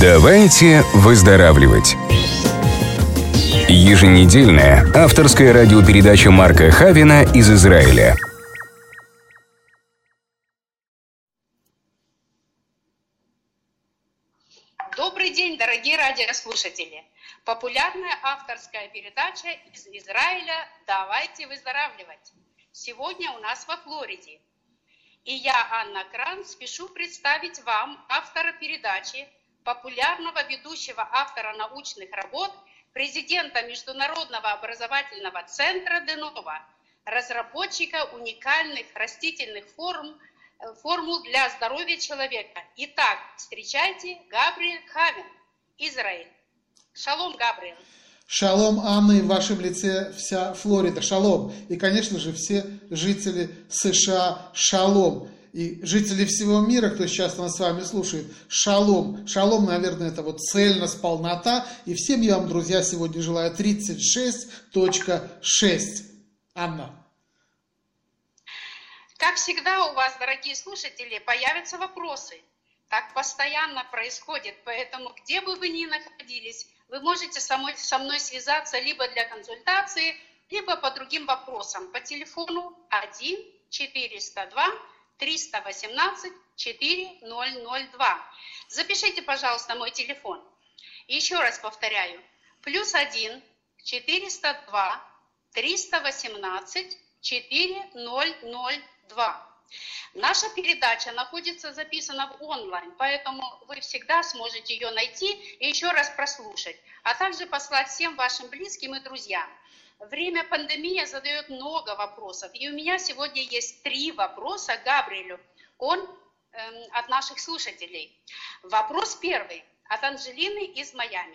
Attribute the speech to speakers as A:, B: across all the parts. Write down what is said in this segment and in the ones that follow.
A: Давайте выздоравливать. Еженедельная авторская радиопередача Марка Хавина из Израиля.
B: Добрый день, дорогие радиослушатели! Популярная авторская передача из Израиля «Давайте выздоравливать». Сегодня у нас во Флориде. И я, Анна Кран, спешу представить вам автора передачи, популярного ведущего автора научных работ, президента Международного образовательного центра Денова, разработчика уникальных растительных формул для здоровья человека. Итак, встречайте Габриэль Хавин, Израиль. Шалом, Габриэль.
C: Шалом, Анна, и в вашем лице вся Флорида. Шалом. И, конечно же, все жители США. Шалом. И жители всего мира, кто сейчас нас с вами слушает, шалом. Шалом, наверное, это вот цельность, полнота. И всем я вам, друзья, сегодня желаю 36.6. Анна.
B: Как всегда у вас, дорогие слушатели, появятся вопросы. Так постоянно происходит, поэтому где бы вы ни находились, вы можете со мной связаться либо для консультации, либо по другим вопросам. По телефону 1-402-318-4002. Запишите, пожалуйста, мой телефон. Еще раз повторяю. +1-402-318-4002. Наша передача находится записана в онлайн, поэтому вы всегда сможете ее найти и еще раз прослушать, а также послать всем вашим близким и друзьям. Время пандемии задает много вопросов, и у меня сегодня есть 3 вопроса Габриэлю от наших слушателей. Вопрос первый от Анжелины из Майами.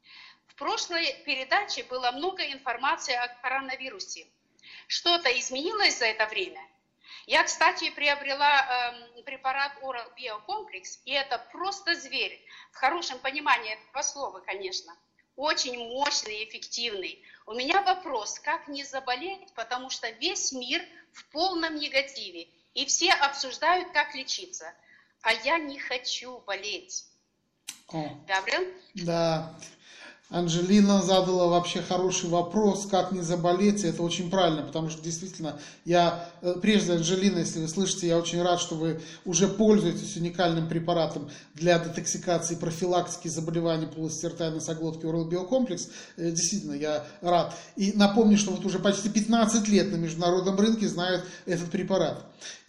B: В прошлой передаче было много информации о коронавирусе. Что-то изменилось за это время? Я, кстати, приобрела препарат Oral Bio Complex, и это просто зверь, в хорошем понимании этого слова, конечно. Очень мощный и эффективный. У меня вопрос, как не заболеть, потому что весь мир в полном негативе, и все обсуждают, как лечиться. А я не хочу болеть. Габриэль?
C: Да. Анжелина задала вообще хороший вопрос, как не заболеть, и это очень правильно, потому что действительно, прежде, Анжелина, если вы слышите, я очень рад, что вы уже пользуетесь уникальным препаратом для детоксикации и профилактики заболеваний полости рта и носоглотки Oral Bio Complex. Действительно, я рад. И напомню, что вот уже почти 15 лет на международном рынке знают этот препарат.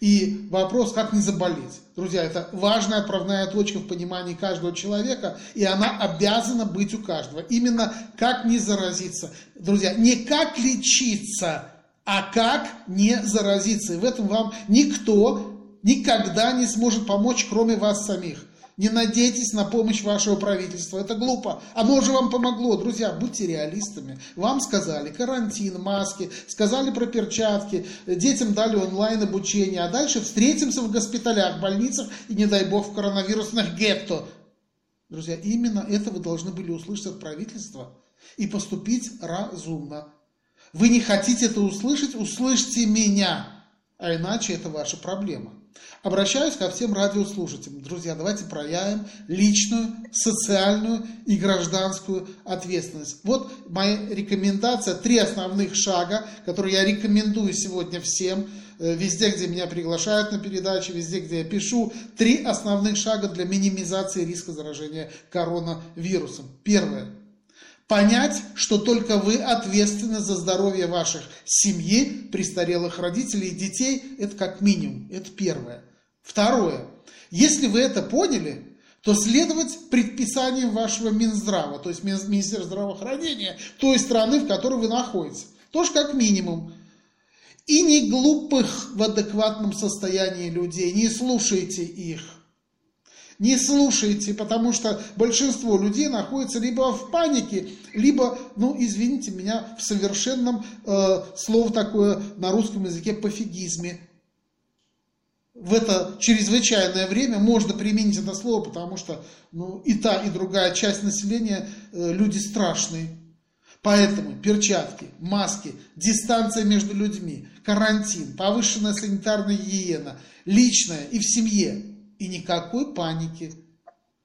C: И вопрос, как не заболеть. Друзья, это важная отправная точка в понимании каждого человека, и она обязана быть у каждого. Именно как не заразиться. Друзья, не как лечиться, а как не заразиться. И в этом вам никто никогда не сможет помочь, кроме вас самих. Не надейтесь на помощь вашего правительства, это глупо. Оно уже вам помогло. Друзья, будьте реалистами. Вам сказали карантин, маски, сказали про перчатки, детям дали онлайн обучение, а дальше встретимся в госпиталях, больницах и, не дай бог, в коронавирусных гетто. Друзья, именно это вы должны были услышать от правительства и поступить разумно. Вы не хотите это услышать? Услышьте меня, а иначе это ваша проблема. Обращаюсь ко всем радиослушателям. Друзья, давайте проявим личную, социальную и гражданскую ответственность. Вот моя рекомендация, 3 основных шага, которые я рекомендую сегодня всем, везде, где меня приглашают на передачи, везде, где я пишу. 3 основных шага для минимизации риска заражения коронавирусом. Первое. Понять, что только вы ответственны за здоровье ваших семьи, престарелых родителей и детей, это как минимум, это первое. Второе. Если вы это поняли, то следовать предписаниям вашего Минздрава, то есть Министерства здравоохранения той страны, в которой вы находитесь. Тоже как минимум. И не глупых в адекватном состоянии людей, не слушайте их. Не слушайте, потому что большинство людей находится либо в панике, либо, извините меня, в совершенном, слово такое на русском языке, пофигизме. В это чрезвычайное время можно применить это слово, потому что и та, и другая часть населения люди страшные. Поэтому перчатки, маски, дистанция между людьми, карантин, повышенная санитарная гигиена, личная и в семье. И никакой паники.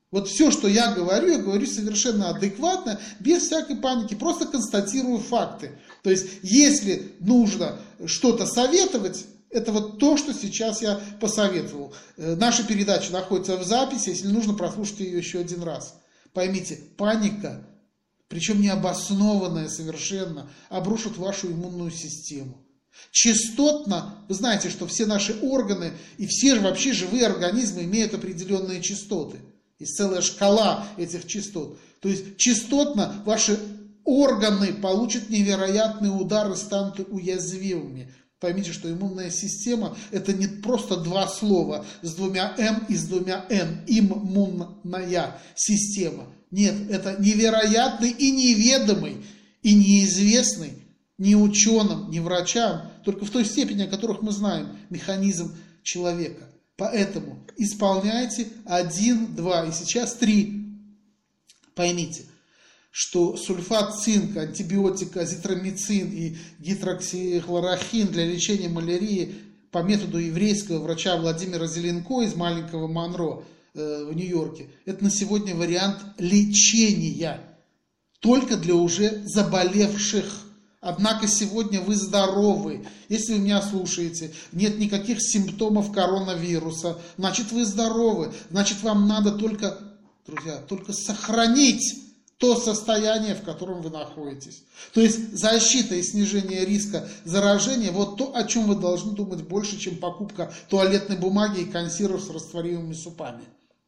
C: Вот все, что я говорю совершенно адекватно, без всякой паники, просто констатирую факты. То есть, если нужно что-то советовать, это вот то, что сейчас я посоветовал. Наша передача находится в записи, если нужно, прослушайте ее еще один раз. Поймите, паника, причем необоснованная совершенно, обрушит вашу иммунную систему. Частотно, вы знаете, что все наши органы и все вообще живые организмы имеют определенные частоты. Есть целая шкала этих частот. То есть частотно ваши органы получат невероятные удары, станут уязвимыми. Поймите, что иммунная система – это не просто два слова с двумя «м» и с двумя «н». Иммунная система. Нет, это невероятный и неведомый, и неизвестный ни ученым, ни врачам, только в той степени, о которых мы знаем, механизм человека. Поэтому исполняйте 1, 2 и сейчас 3. Поймите, что сульфат цинка, антибиотик азитромицин и гидроксихлорохин для лечения малярии по методу еврейского врача Владимира Зеленко из маленького Монро в Нью-Йорке, это на сегодня вариант лечения только для уже заболевших. Однако сегодня вы здоровы. Если вы меня слушаете, нет никаких симптомов коронавируса, значит вы здоровы. Значит вам надо только, друзья, только сохранить то состояние, в котором вы находитесь. То есть защита и снижение риска заражения, вот то, о чем вы должны думать больше, чем покупка туалетной бумаги и консервов с растворимыми супами.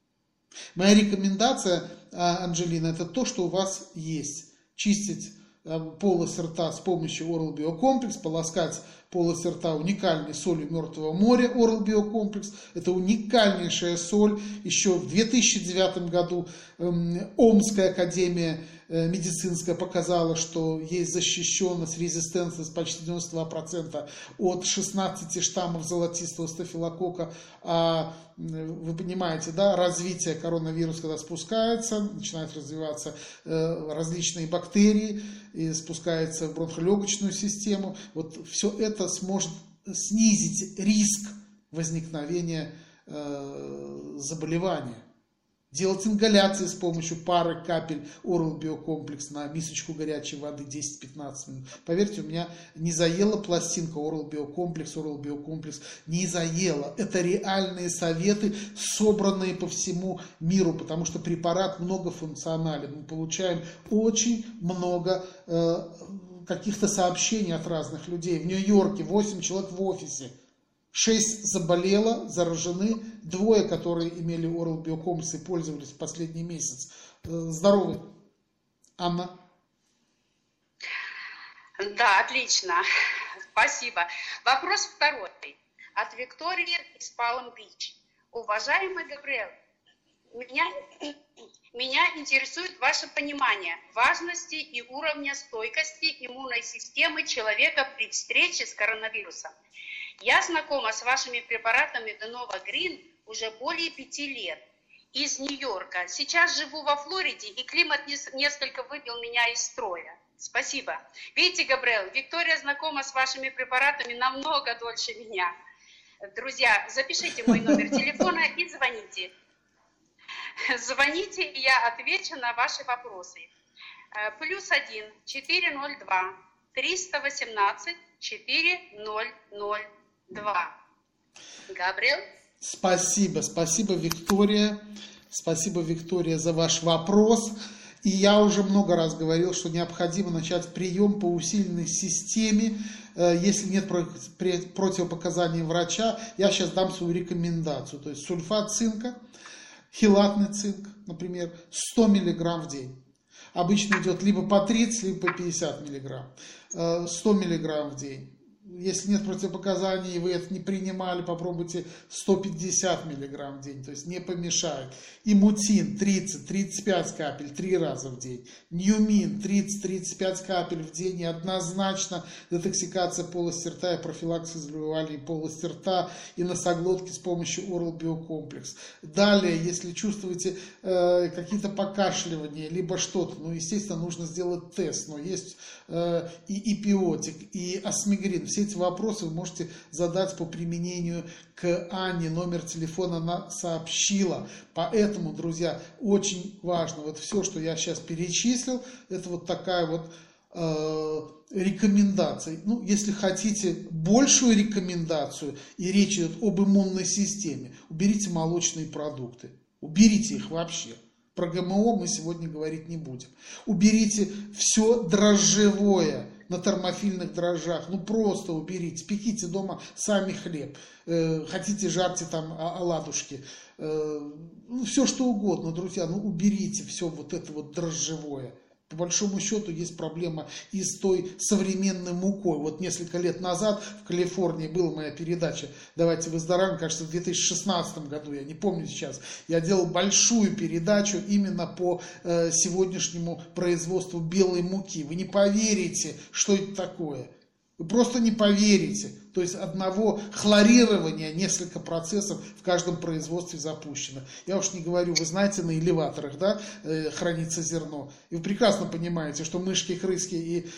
C: Моя рекомендация, Анжелина, это то, что у вас есть. Чистить полость рта с помощью Oral Bio Complex, полоскать полость рта уникальной солью Мертвого моря Oral Bio Complex. Это уникальнейшая соль. Еще в 2009 году Омская академия медицинская показала, что есть защищенность, резистентность почти 92% от 16 штаммов золотистого стафилококка. А вы понимаете, да, развитие коронавируса, когда спускается, начинают развиваться различные бактерии, и спускается в бронхолегочную систему. Вот все это сможет снизить риск возникновения заболевания. Делать ингаляции с помощью пары капель Oral Bio Complex на мисочку горячей воды 10-15 минут. Поверьте, у меня не заела пластинка Oral Bio Complex, не заела. Это реальные советы, собранные по всему миру, потому что препарат многофункционален. Мы получаем очень много каких-то сообщений от разных людей. В Нью-Йорке 8 человек в офисе. 6 заболело, заражены, 2, которые имели Oral Bio Complex и пользовались в последний месяц. Здоровы. Анна?
B: Да, отлично. Спасибо. Вопрос второй. От Виктории из Палм-Бич. Уважаемый Габриэл, меня интересует ваше понимание важности и уровня стойкости иммунной системы человека при встрече с коронавирусом. Я знакома с вашими препаратами Denova Green уже более 5 лет из Нью-Йорка. Сейчас живу во Флориде, и климат несколько выбил меня из строя. Спасибо. Видите, Габриэл, Виктория знакома с вашими препаратами намного дольше меня. Друзья, запишите мой номер телефона и звоните. Звоните, и я отвечу на ваши вопросы. +1 402 318 4002. Габриэл?
C: Спасибо, Виктория. Спасибо, Виктория, за ваш вопрос. И я уже много раз говорил, что необходимо начать прием по усиленной системе. Если нет противопоказаний врача, я сейчас дам свою рекомендацию. То есть сульфат цинка, хелатный цинк, например, 100 мг в день. Обычно идет либо по 30, либо по 50 мг. 100 мг в день. Если нет противопоказаний, и вы это не принимали, попробуйте 150 мг в день, то есть не помешает. Имутин 30-35 капель 3 раза в день. Ньюмин 30-35 капель в день. И однозначно детоксикация полости рта и профилаксис заболеваний полости рта и носоглотки с помощью Oral Bio Complex. Далее, если чувствуете какие-то покашливания, либо что-то, ну, естественно, нужно сделать тест. Но есть и эпиотик, и осмигрин. все эти вопросы вы можете задать по применению к Анне. Номер телефона она сообщила. Поэтому, друзья, очень важно, вот все, что я сейчас перечислил, это вот такая вот рекомендация. Ну, если хотите большую рекомендацию, и речь идет об иммунной системе, уберите молочные продукты. Уберите их вообще. Про ГМО мы сегодня говорить не будем. Уберите все дрожжевое на термофильных дрожжах. Ну просто уберите. Пеките дома сами хлеб. Хотите, жарьте там оладушки. Ну, все что угодно, друзья. Ну уберите все вот это вот дрожжевое. По большому счету есть проблема и с той современной мукой. Вот несколько лет назад в Калифорнии была моя передача «Давайте выздоравливаем», кажется, в 2016 году, я не помню сейчас. Я делал большую передачу именно по сегодняшнему производству белой муки. Вы не поверите, что это такое. Вы просто не поверите. То есть одного хлорирования несколько процессов в каждом производстве запущено. Я уж не говорю, вы знаете, на элеваторах, да, хранится зерно. И вы прекрасно понимаете, что мышки, крыски и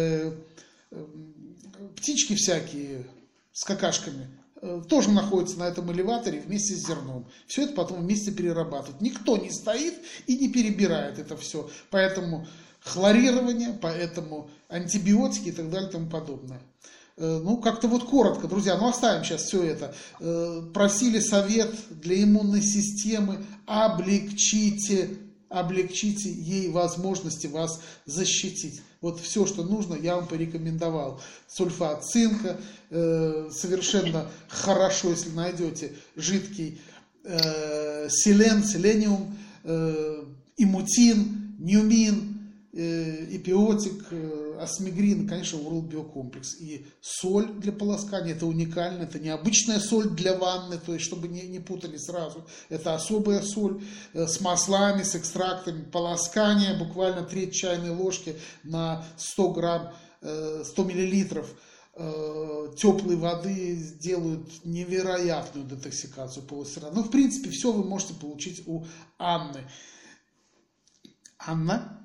C: птички всякие с какашками тоже находятся на этом элеваторе вместе с зерном. Все это потом вместе перерабатывают. Никто не стоит и не перебирает это все. Поэтому хлорирование, поэтому антибиотики и так далее и тому подобное. Ну, как-то вот коротко, друзья, ну оставим сейчас все это. Просили совет для иммунной системы, облегчите ей возможности вас защитить. Вот все, что нужно, я вам порекомендовал. Сульфат цинка, совершенно хорошо, если найдете жидкий селениум, имутин, ньюмин, эпиотик, осмигрин, конечно, Урал биокомплекс. И соль для полоскания, это уникально, это не обычная соль для ванны, то есть, чтобы не путали сразу. Это особая соль с маслами, с экстрактами, полоскание, буквально треть чайной ложки на 100 грамм, 100 миллилитров теплой воды сделают невероятную детоксикацию полости рта. Ну, в принципе, все вы можете получить у Анны. Анна?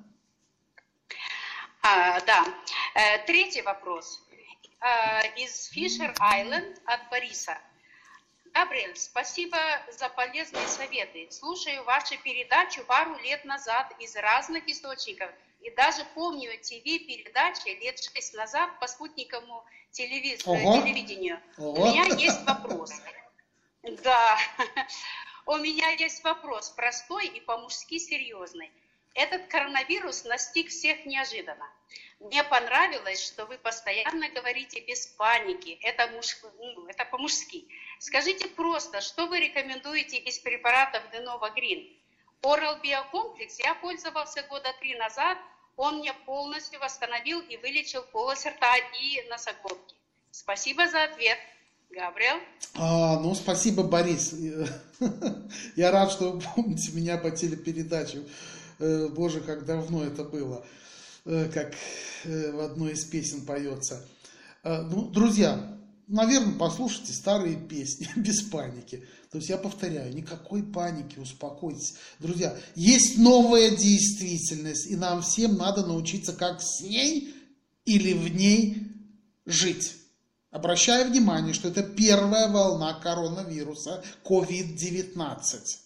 B: Да. Третий вопрос. Из Фишер-Айленд от Бориса. Габриэль, спасибо за полезные советы. Слушаю вашу передачу пару лет назад из разных источников. И даже помню ТВ-передачи лет 6 назад по спутниковому телевидению. У меня есть вопрос. Да. У меня есть вопрос простой и по-мужски серьезный. Этот коронавирус настиг всех неожиданно. Мне понравилось, что вы постоянно говорите без паники. Это по-мужски. Скажите просто, что вы рекомендуете из препаратов Denova Green? Oral Biocomплекс я пользовался года 3 назад. Он мне полностью восстановил и вылечил полость рта и носоглотки. Спасибо за ответ. Габриэл?
C: Ну, спасибо, Борис. Я рад, что вы помните меня по телепередаче. Боже, как давно это было, как в одной из песен поется. Ну, друзья, наверное, послушайте старые песни без паники. То есть я повторяю, никакой паники, успокойтесь. Друзья, есть новая действительность, и нам всем надо научиться, как с ней или в ней жить. Обращаю внимание, что это первая волна коронавируса COVID-19.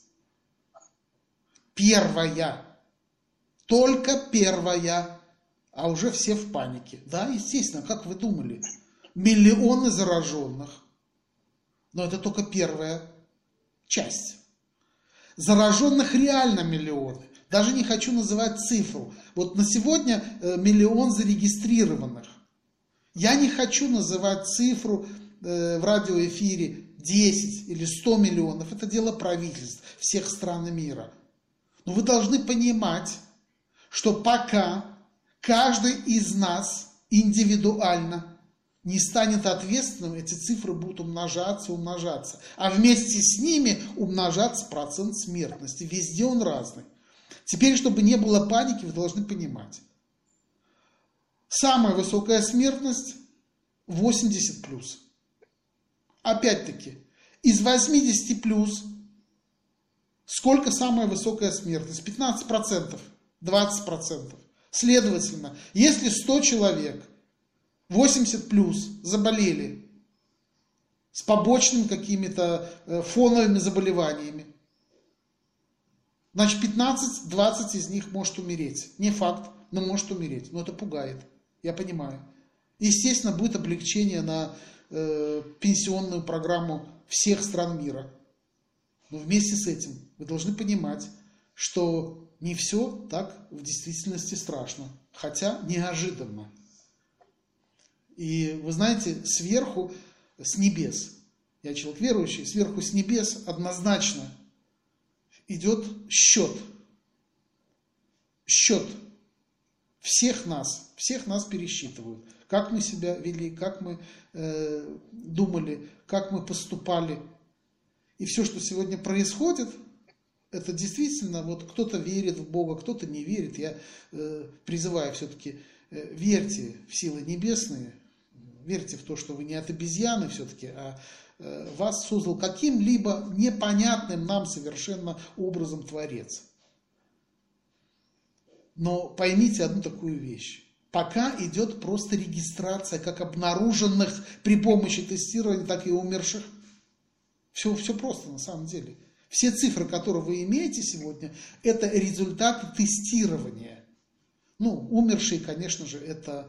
C: Первая. Только первая, а уже все в панике. Да, естественно, как вы думали, миллионы зараженных. Но это только первая часть. Зараженных реально миллионы. Даже не хочу называть цифру. Вот на сегодня 1 миллион зарегистрированных. Я не хочу называть цифру в радиоэфире 10 или 100 миллионов. Это дело правительств всех стран мира. Но вы должны понимать, что пока каждый из нас индивидуально не станет ответственным, эти цифры будут умножаться. А вместе с ними умножаться процент смертности. Везде он разный. Теперь, чтобы не было паники, вы должны понимать. Самая высокая смертность 80+. Опять-таки, из 80+, сколько самая высокая смертность? 15%. 20%. Следовательно, если 100 человек 80 плюс заболели с побочными какими-то фоновыми заболеваниями. Значит, 15-20 из них может умереть. Не факт, но может умереть. Но это пугает, я понимаю. Естественно, будет облегчение на пенсионную программу всех стран мира. Но вместе с этим вы должны понимать, что не все так в действительности страшно, хотя неожиданно. И вы знаете, сверху, с небес, я человек верующий, сверху с небес однозначно идет счет. Счет всех нас пересчитывают. Как мы себя вели, как мы думали, как мы поступали. И все, что сегодня происходит, это действительно, вот кто-то верит в Бога, кто-то не верит. Я призываю все-таки, верьте в силы небесные, верьте в то, что вы не от обезьяны все-таки, а вас создал каким-либо непонятным нам совершенно образом Творец. Но поймите одну такую вещь. Пока идет просто регистрация как обнаруженных при помощи тестирования, так и умерших. Все просто на самом деле. Все цифры, которые вы имеете сегодня, это результаты тестирования. Ну, умершие, конечно же, это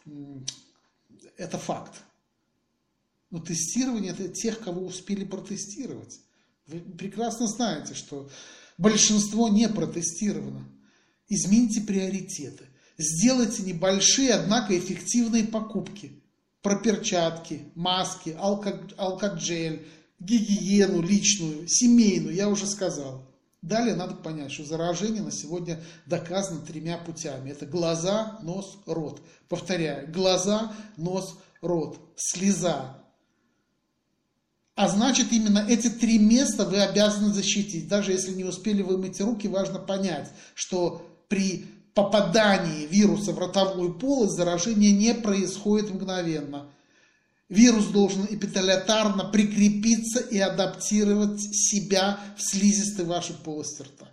C: факт. Но тестирование – это тех, кого успели протестировать. Вы прекрасно знаете, что большинство не протестировано. Измените приоритеты. Сделайте небольшие, однако эффективные покупки. Про перчатки, маски, алкоголь, гигиену личную, семейную, я уже сказал. Далее надо понять, что заражение на сегодня доказано 3 путями. Это глаза, нос, рот. Повторяю, глаза, нос, рот, слеза. А значит, именно эти 3 места вы обязаны защитить. Даже если не успели вымыть руки, важно понять, что при попадании вируса в ротовую полость заражение не происходит мгновенно. Вирус должен эпителиотарно прикрепиться и адаптировать себя в слизистой вашей полости рта.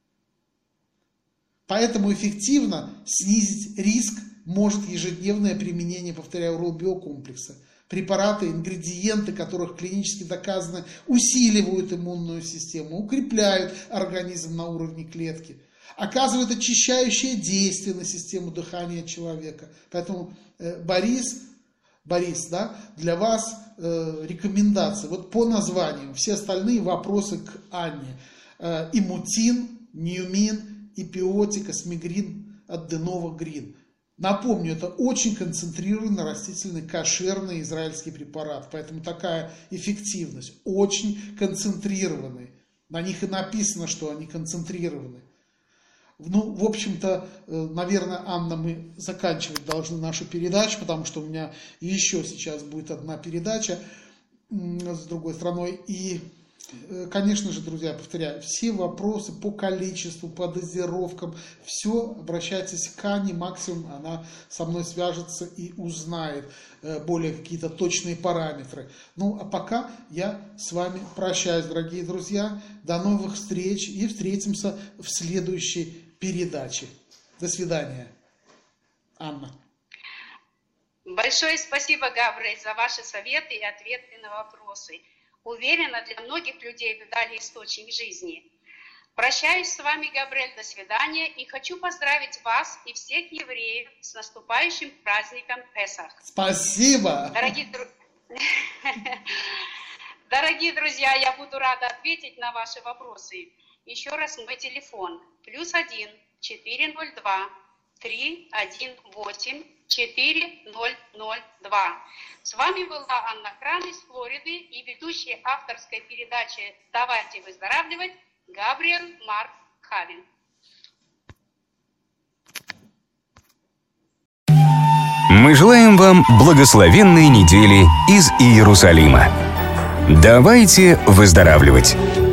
C: Поэтому эффективно снизить риск может ежедневное применение, повторяю, РО-биокомплекса. Препараты, ингредиенты, которых клинически доказано усиливают иммунную систему, укрепляют организм на уровне клетки, оказывают очищающее действие на систему дыхания человека. Поэтому, Борис, да, для вас рекомендации. Вот по названию, все остальные вопросы к Анне. Имутин, Ньюмин, Эпиотика, Смигрин, Аденовагрин. Напомню, это очень концентрированный растительный кошерный израильский препарат. Поэтому такая эффективность, очень концентрированный. На них и написано, что они концентрированы. Ну, в общем-то, наверное, Анна, мы заканчивать должны нашу передачу, потому что у меня еще сейчас будет одна передача с другой стороной. И, конечно же, друзья, повторяю, все вопросы по количеству, по дозировкам, все обращайтесь к Анне, максимум она со мной свяжется и узнает более какие-то точные параметры. Ну, а пока я с вами прощаюсь, дорогие друзья. До новых встреч и встретимся в следующей передаче. До свидания. Анна.
B: Большое спасибо, Габриэль, за ваши советы и ответы на вопросы. Уверена, для многих людей вы дали источник жизни. Прощаюсь с вами, Габриэль, до свидания, и хочу поздравить вас и всех евреев с наступающим праздником Песах.
C: Спасибо!
B: Дорогие друзья, я буду рада ответить на ваши вопросы. Еще раз мой телефон. +1 402 318 4002. С вами была Анна Кран из Флориды и ведущая авторской передачи «Давайте выздоравливать» Габриэль Марк Хавин.
A: Мы желаем вам благословенной недели из Иерусалима. Давайте выздоравливать.